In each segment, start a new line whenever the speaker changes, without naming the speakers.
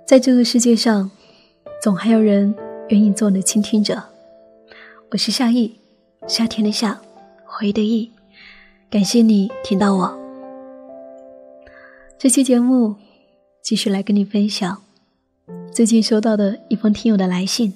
在这个世界上，总还有人愿意做你的倾听者。我是夏意，夏天的夏，回忆的忆，感谢你听到我。这期节目继续来跟你分享最近收到的一封听友的来信。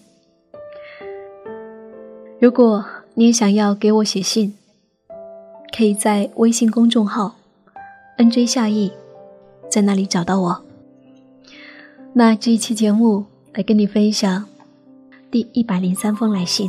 如果你也想要给我写信，可以在微信公众号 NJ 夏意，在那里找到我。那这一期节目来跟你分享第103封来信。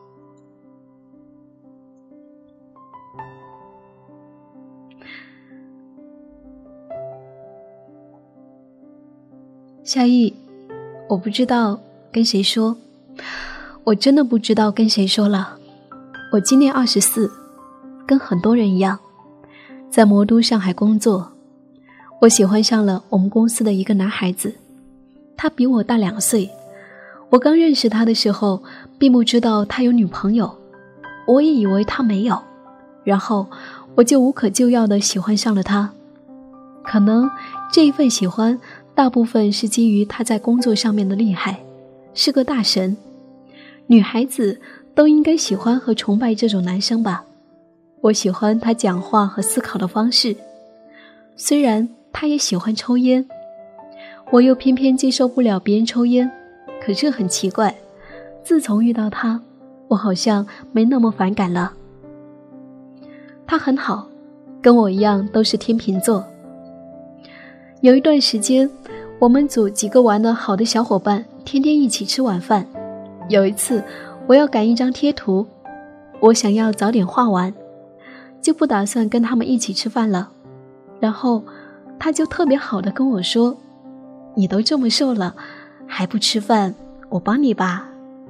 夏意，我不知道跟谁说，我真的不知道跟谁说了。我今年24，跟很多人一样，在魔都上海工作。我喜欢上了我们公司的一个男孩子，他比我大2岁。我刚认识他的时候，并不知道他有女朋友，我也以为他没有，然后我就无可救药地喜欢上了他。可能这一份喜欢大部分是基于他在工作上面的厉害，是个大神。女孩子都应该喜欢和崇拜这种男生吧。我喜欢他讲话和思考的方式，虽然他也喜欢抽烟，我又偏偏接受不了别人抽烟。可是很奇怪，自从遇到他，我好像没那么反感了。他很好，跟我一样都是天秤座。有一段时间，我们组几个玩得好的小伙伴天天一起吃晚饭。有一次我要赶一张贴图，我想要早点画完，就不打算跟他们一起吃饭了。然后他就特别好的跟我说，你都这么瘦了还不吃饭，我帮你吧。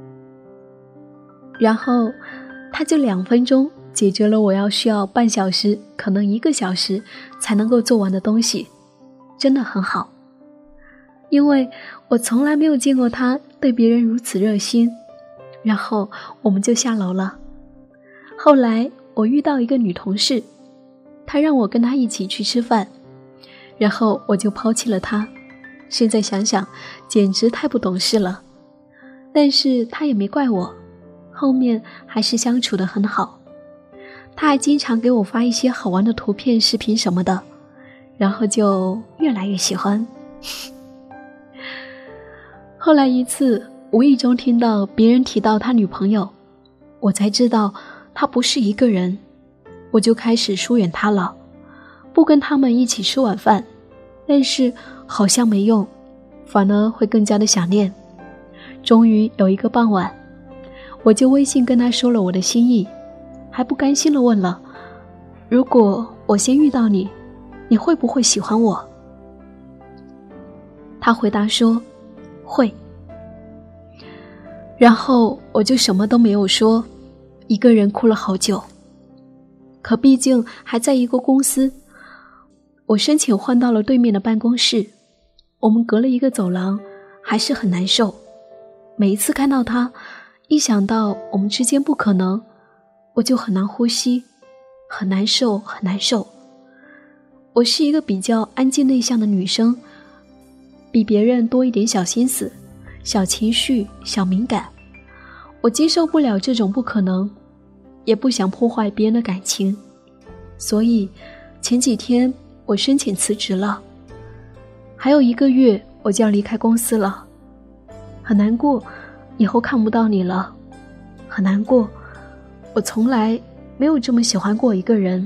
然后他就2分钟解决了我需要半小时可能1个小时才能够做完的东西，真的很好。因为我从来没有见过他对别人如此热心。然后我们就下楼了。后来我遇到一个女同事，她让我跟她一起去吃饭，然后我就抛弃了她。现在想想简直太不懂事了，但是她也没怪我，后面还是相处得很好。她还经常给我发一些好玩的图片视频什么的，然后就越来越喜欢。后来一次无意中听到别人提到他女朋友，我才知道他不是一个人，我就开始疏远他了，不跟他们一起吃晚饭。但是好像没用，反而会更加的想念。终于有一个傍晚，我就微信跟他说了我的心意，还不甘心地问了，如果我先遇到你，你会不会喜欢我？他回答说会。然后我就什么都没有说，一个人哭了好久。可毕竟还在一个公司，我申请换到了对面的办公室，我们隔了一个走廊，还是很难受。每一次看到他，一想到我们之间不可能，我就很难呼吸，很难受，很难受。我是一个比较安静内向的女生，比别人多一点小心思，小情绪，小敏感。我接受不了这种不可能，也不想破坏别人的感情，所以前几天我申请辞职了，还有1个月我就要离开公司了。很难过以后看不到你了，很难过，我从来没有这么喜欢过一个人。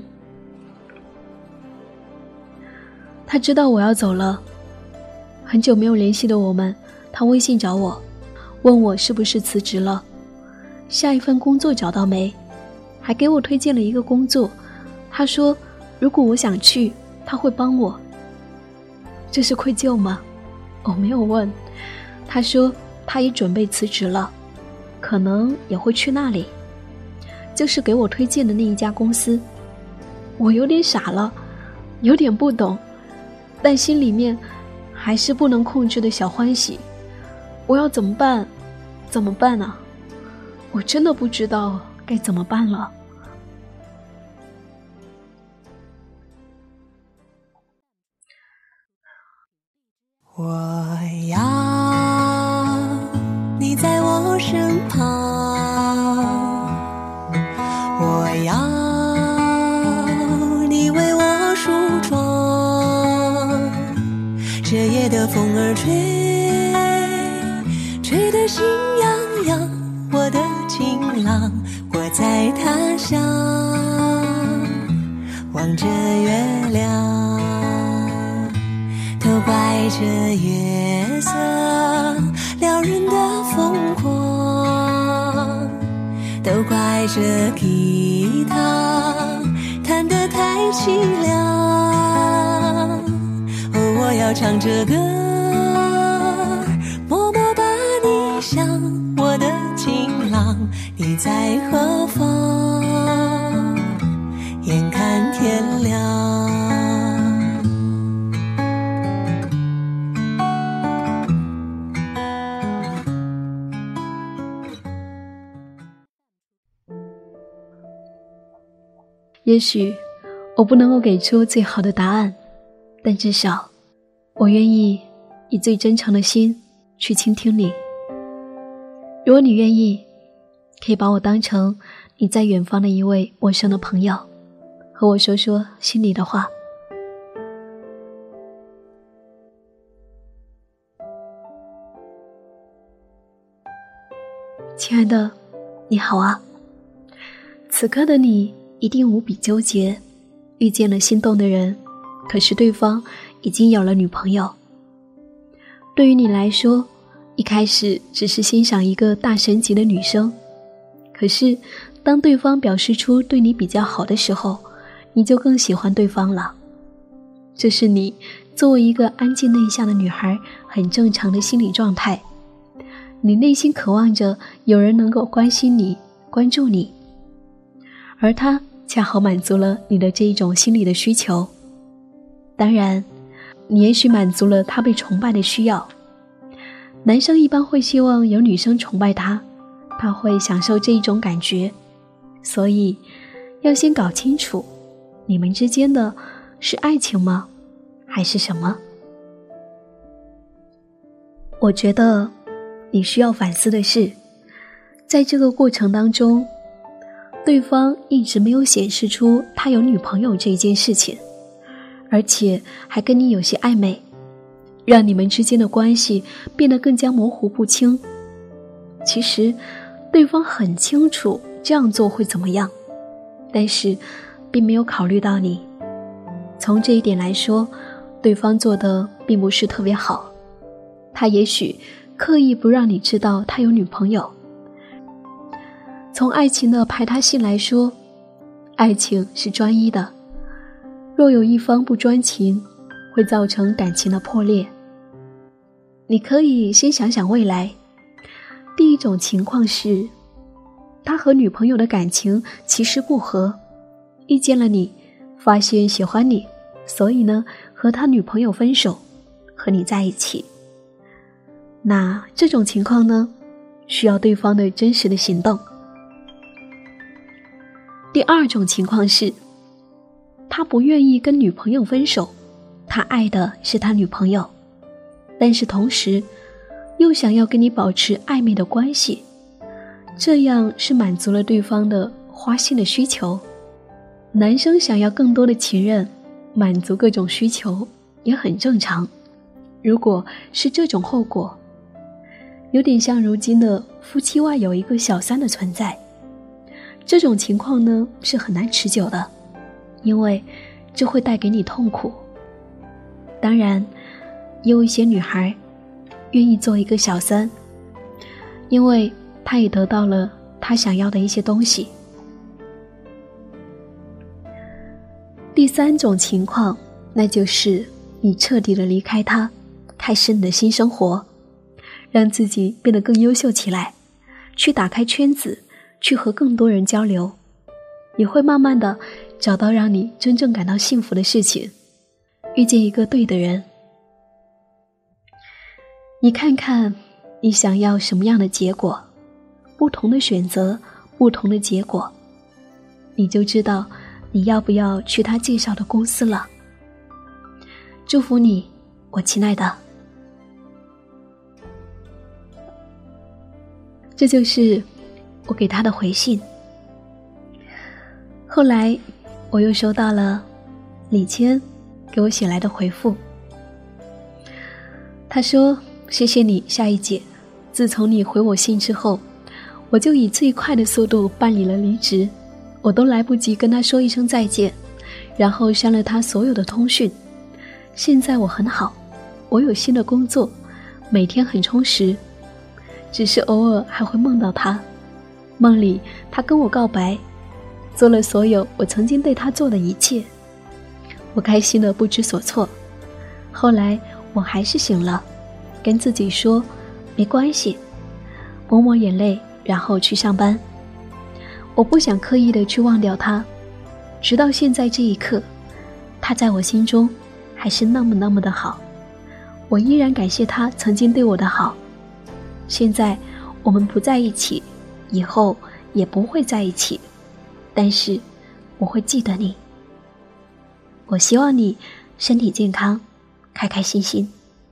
他知道我要走了，很久没有联系的我们，他微信找我，问我是不是辞职了，下一份工作找到没，还给我推荐了一个工作。他说如果我想去，他会帮我。这是愧疚吗？我没有问。他说他也准备辞职了，可能也会去那里，就是给我推荐的那一家公司。我有点傻了，有点不懂，但心里面还是不能控制的小欢喜。我要怎么办？怎么办啊？我真的不知道该怎么办了。
我要着夜的风儿吹，吹得心痒痒。我的情郎，我在他乡望着月亮，都怪这月色撩人的疯狂，都怪这吉他弹得太凄凉。哦，我要唱着歌，默默把你想，我的情郎，你在何方？眼看天亮。
也许我不能够给出最好的答案，但至少我愿意以最真诚的心去倾听你。如果你愿意，可以把我当成你在远方的一位陌生的朋友，和我说说心里的话。亲爱的，你好啊。此刻的你一定无比纠结，遇见了心动的人，可是对方已经有了女朋友。对于你来说，一开始只是欣赏一个大神级的女生，可是当对方表示出对你比较好的时候，你就更喜欢对方了。这是你作为一个安静内向的女孩很正常的心理状态。你内心渴望着有人能够关心你，关注你，而他恰好满足了你的这一种心理的需求。当然，你也许满足了他被崇拜的需要。男生一般会希望有女生崇拜他，他会享受这一种感觉。所以要先搞清楚，你们之间的是爱情吗？还是什么？我觉得你需要反思的是，在这个过程当中，对方一直没有显示出他有女朋友这一件事情，而且还跟你有些暧昧，让你们之间的关系变得更加模糊不清。其实对方很清楚这样做会怎么样，但是并没有考虑到你。从这一点来说，对方做的并不是特别好，他也许刻意不让你知道他有女朋友。从爱情的排他性来说，爱情是专一的，若有一方不专情，会造成感情的破裂。你可以先想想未来。第一种情况是，他和女朋友的感情其实不合，遇见了你，发现喜欢你，所以呢，和他女朋友分手，和你在一起。那这种情况呢，需要对方的真实的行动。第二种情况是，他不愿意跟女朋友分手，他爱的是他女朋友，但是同时又想要跟你保持暧昧的关系，这样是满足了对方的花心的需求。男生想要更多的情人，满足各种需求也很正常。如果是这种后果，有点像如今的夫妻外有一个小三的存在。这种情况呢，是很难持久的，因为这会带给你痛苦。当然，有一些女孩愿意做一个小三，因为她也得到了她想要的一些东西。第三种情况，那就是你彻底的离开他，开始你的新生活，让自己变得更优秀起来，去打开圈子，去和更多人交流。你会慢慢的找到让你真正感到幸福的事情，遇见一个对的人。你看看你想要什么样的结果，不同的选择，不同的结果，你就知道你要不要去他介绍的公司了。祝福你，我亲爱的。这就是我给他的回信。后来我又收到了李谦给我写来的回复。 他说谢谢你夏一姐，自从你回我信之后，我就以最快的速度办理了离职，我都来不及跟他说一声再见，然后删了他所有的通讯。现在我很好，我有新的工作，每天很充实，只是偶尔还会梦到他，梦里他跟我告白，做了所有我曾经对他做的一切，我开心得不知所措。后来我还是醒了，跟自己说没关系，抹抹眼泪，然后去上班。我不想刻意的去忘掉他，直到现在这一刻，他在我心中还是那么的好，我依然感谢他曾经对我的好。现在我们不在一起，以后也不会在一起，但是我会记得你。我希望你身体健康，开开心心。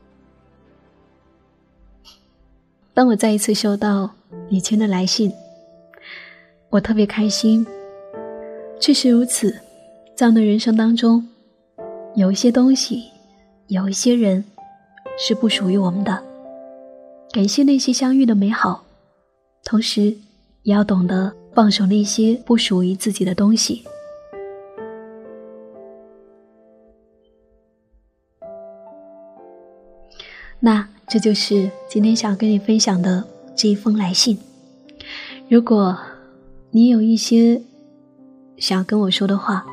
当我再一次收到李谦的来信，我特别开心。确实如此，在我的人生当中，有一些东西，有一些人是不属于我们的。感谢那些相遇的美好，同时也要懂得放手那些不属于自己的东西。那这就是今天想跟你分享的这一封来信。如果你有一些想要跟我说的话，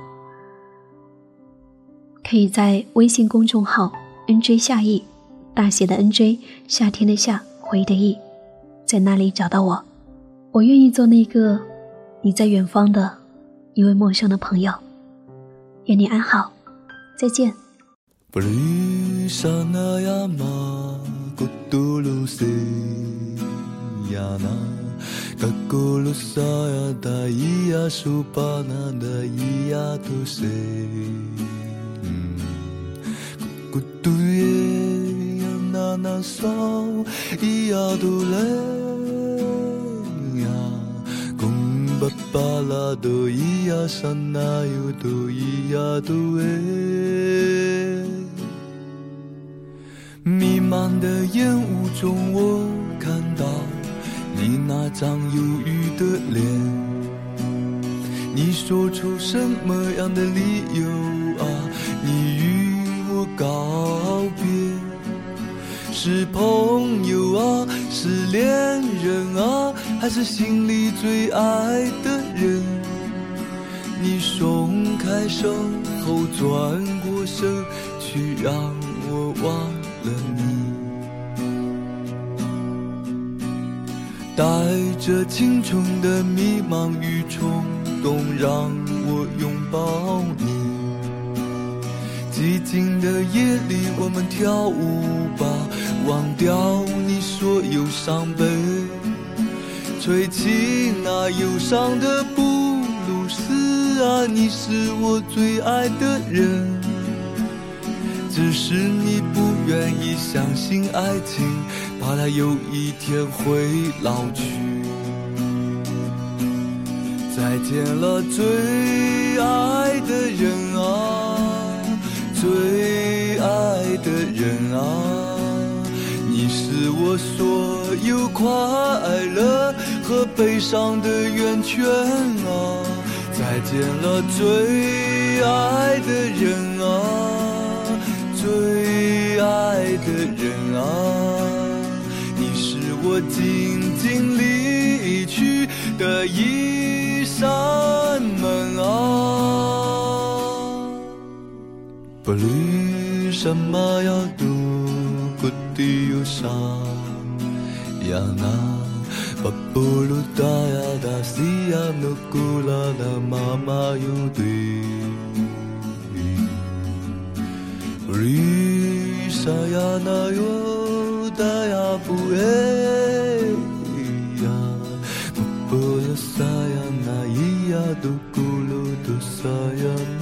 可以在微信公众号 NJ 夏意，大写的 NJ， 夏天的夏，回忆的忆，在那里找到我。我愿意做那个你在远方的一位陌生的朋友。愿你安好，再见。
Beri sana yama kutulu seyana kakulu saya daya supana daya tu se kutuye yana na so iya tu le ya kumbapala do iya sana yu tu iya tu弥漫的烟雾中，我看到你那张忧郁的脸。你说出什么样的理由啊？你与我告别，是朋友啊，是恋人啊，还是心里最爱的人？你松开手后转过身去，让我忘了你，带着青春的迷茫与冲动，让我拥抱你。寂静的夜里，我们跳舞吧，忘掉你所有伤悲，吹起那忧伤的布鲁斯啊，你是我最爱的人。只是你不愿意相信爱情，怕它有一天会老去。再见了最爱的人啊，最爱的人啊，你是我所有快乐和悲伤的源泉啊。再见了最爱的人啊，最爱的人啊，你是我静静离去的一扇门啊。Bersama tuku tiyo sayana Papulu daya da siya nukula na mama yudhi Sayana yo daya bueya Papulu sayana iya dukulu tu sayana